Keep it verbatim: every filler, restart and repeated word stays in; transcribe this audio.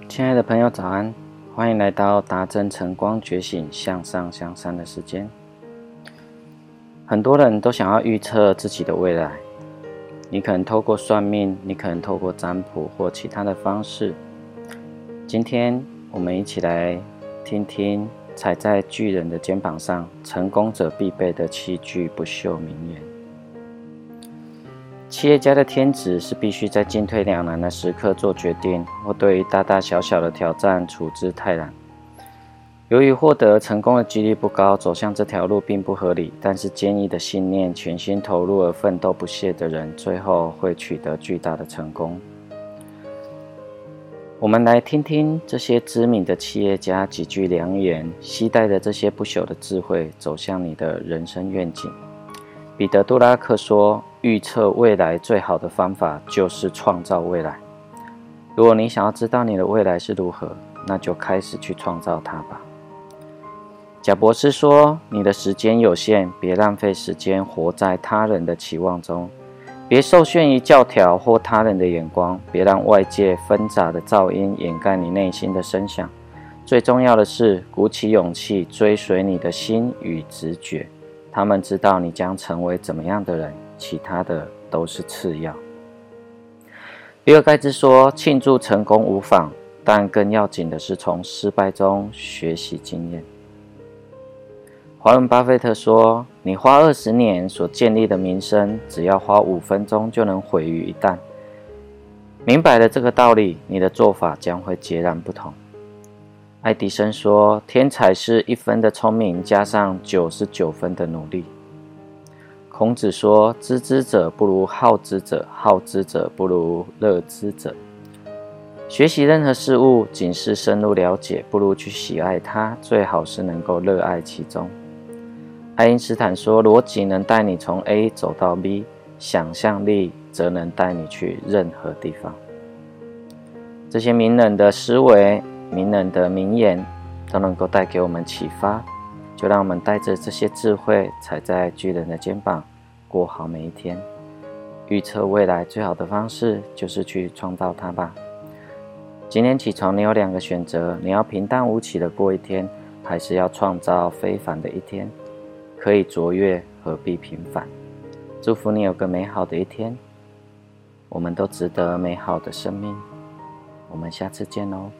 亲爱的朋友，早安！欢迎来到达真晨光觉醒向上向善的时间。很多人都想要预测自己的未来，你可能透过算命，你可能透过占卜或其他的方式。今天我们一起来听听踩在巨人的肩膀上，成功者必备的七句不朽名言。企业家的天职是必须在进退两难的时刻做决定，或对于大大小小的挑战处之泰然。由于获得成功的几率不高，走向这条路并不合理，但是坚毅的信念、全心投入而奋斗不懈的人，最后会取得巨大的成功。我们来听听这些知名的企业家几句良言，携带着这些不朽的智慧，走向你的人生愿景。彼得·杜拉克说，预测未来最好的方法就是创造未来。如果你想要知道你的未来是如何，那就开始去创造它吧。贾博士说，你的时间有限，别浪费时间活在他人的期望中，别受限于教条或他人的眼光，别让外界纷杂的噪音掩盖你内心的声响。最重要的是，鼓起勇气追随你的心与直觉。他们知道你将成为怎么样的人，其他的都是次要。比尔盖茨说，庆祝成功无妨，但更要紧的是从失败中学习经验。华伦巴菲特说，你花二十年所建立的名声，只要花五分钟就能毁于一旦。明白了这个道理，你的做法将会截然不同。爱迪生说，天才是一分的聪明加上九十九分的努力。孔子说，知之者不如好之者，好之者不如乐之者。学习任何事物，仅是深入了解，不如去喜爱它，最好是能够热爱其中。爱因斯坦说，逻辑能带你从 A 走到 B， 想象力则能带你去任何地方。这些名人的思维，名人的名言都能够带给我们启发，就让我们带着这些智慧，踩在巨人的肩膀，过好每一天。预测未来最好的方式就是去创造它吧。今天起床，你有两个选择：你要平淡无奇的过一天，还是要创造非凡的一天？可以卓越，何必平凡？祝福你有个美好的一天。我们都值得美好的生命。我们下次见哦。